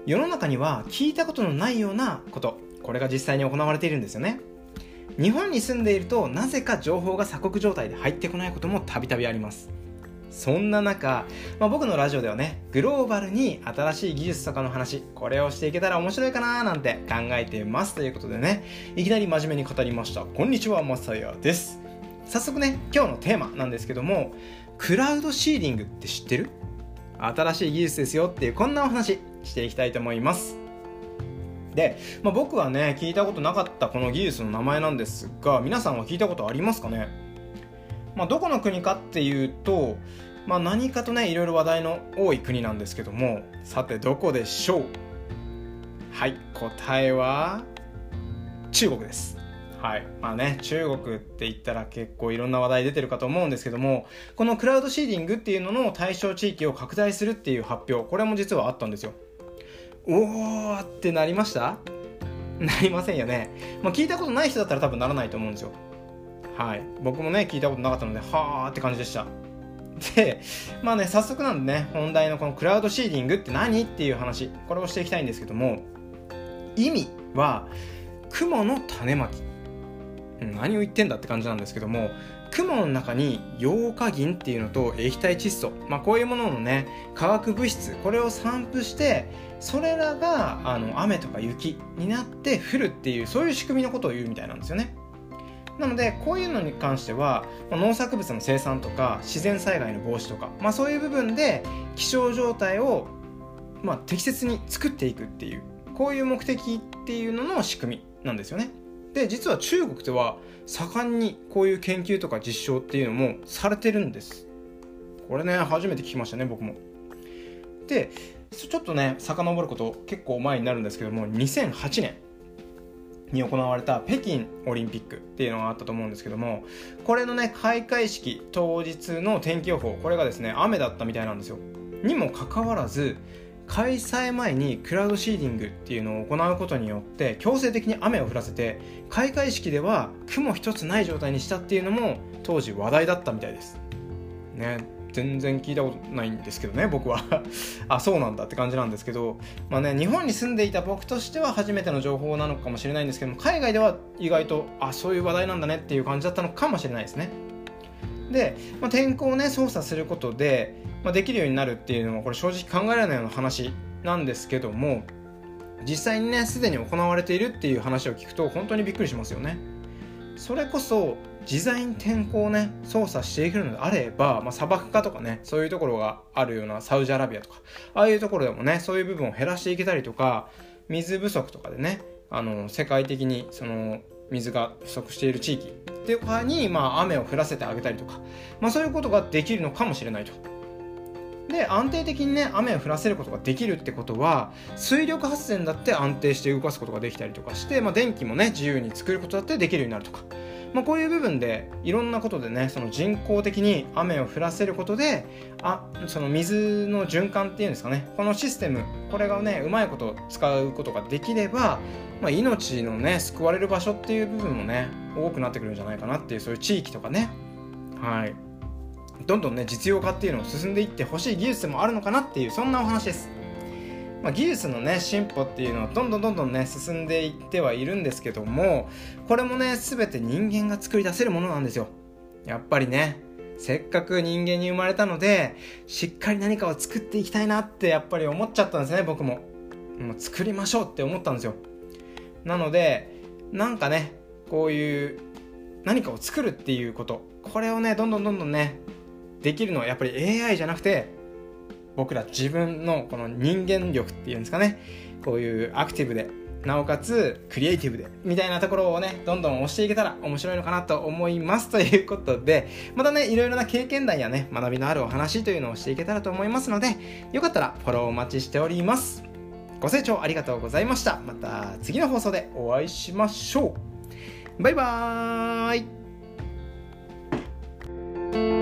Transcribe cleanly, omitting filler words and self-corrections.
世の中には聞いたことのないようなこと、これが実際に行われているんですよね。日本に住んでいるとなぜか情報が鎖国状態で入ってこないこともたびたびあります。そんな中、僕のラジオではね、グローバルに新しい技術とかの話、これをしていけたら面白いかななんて考えていますということでね、いきなり真面目に語りました。こんにちは、まさやです。早速ね、今日のテーマなんですけども、クラウドシーディングって知ってる？新しい技術ですよっていう、こんなお話していきたいと思います。で、僕はね、聞いたことなかったこの技術の名前なんですが、皆さんは聞いたことありますかね？どこの国かっていうと、何かとね、いろいろ話題の多い国なんですけども、さてどこでしょう？はい、答えは中国です。はい、中国って言ったら結構いろんな話題出てるかと思うんですけども、このクラウドシーディングっていうのの対象地域を拡大するっていう発表、これも実はあったんですよ。おーってなりました？なりませんよね。聞いたことない人だったら多分ならないと思うんですよ。はい、僕もね聞いたことなかったので、はーって感じでした。で、早速なんでね、本題のこのクラウドシーディングって何っていう話、これをしていきたいんですけども、意味は雲の種まき。何を言ってんだって感じなんですけども、雲の中にヨウ化銀っていうのと液体窒素、こういうもののね、化学物質、これを散布して、それらが雨とか雪になって降るっていう、そういう仕組みのことを言うみたいなんですよね。なのでこういうのに関しては、農作物の生産とか自然災害の防止とか、そういう部分で気象状態を、適切に作っていくっていう、こういう目的っていうのの仕組みなんですよね。で、実は中国では盛んにこういう研究とか実証っていうのもされてるんです。これね、初めて聞きましたね、僕も。で、ちょっとね遡ること結構前になるんですけども、2008年に行われた北京オリンピックっていうのがあったと思うんですけども、これのね開会式当日の天気予報、これがですね雨だったみたいなんですよ。にもかかわらず、開催前にクラウドシーディングっていうのを行うことによって強制的に雨を降らせて、開会式では雲一つない状態にしたっていうのも当時話題だったみたいですね。全然聞いたことないんですけどね、僕はあ、そうなんだって感じなんですけど、日本に住んでいた僕としては初めての情報なのかもしれないんですけども、海外では意外とそういう話題なんだねっていう感じだったのかもしれないですね。で、天候をね操作することで、できるようになるっていうのは、これ正直考えられないような話なんですけども、実際にねすでに行われているっていう話を聞くと本当にびっくりしますよね。それこそ自在に天候をね操作していけるのであれば、砂漠化とかね、そういうところがあるようなサウジアラビアとか、ああいうところでもねそういう部分を減らしていけたりとか、水不足とかでね世界的にその水が不足している地域とかに雨を降らせてあげたりとか、そういうことができるのかもしれないと。で、安定的にね雨を降らせることができるってことは、水力発電だって安定して動かすことができたりとかして、電気もね自由に作ることだってできるようになるとか、こういう部分でいろんなことでね、その人工的に雨を降らせることで、その水の循環っていうんですかね、このシステム、これがねうまいこと使うことができれば、命のね救われる場所っていう部分もね多くなってくるんじゃないかなっていう、そういう地域とかね、はい、どんどんね実用化っていうのを進んでいってほしい技術でもあるのかなっていう、そんなお話です。技術のね進歩っていうのはどんどんね進んでいってはいるんですけども、これもね全て人間が作り出せるものなんですよ。やっぱりね、せっかく人間に生まれたので、しっかり何かを作っていきたいなってやっぱり思っちゃったんですね。僕も作りましょうって思ったんですよ。なのでこういう何かを作るっていうこと、これをねどんどんねできるのはやっぱり AI じゃなくて、僕ら自分のこの人間力っていうんですかね、こういうアクティブでなおかつクリエイティブでみたいなところをねどんどん押していけたら面白いのかなと思います。ということで、またねいろいろな経験談やね学びのあるお話というのをしていけたらと思いますので、よかったらフォローお待ちしております。ご清聴ありがとうございました。また次の放送でお会いしましょう。バイバーイ。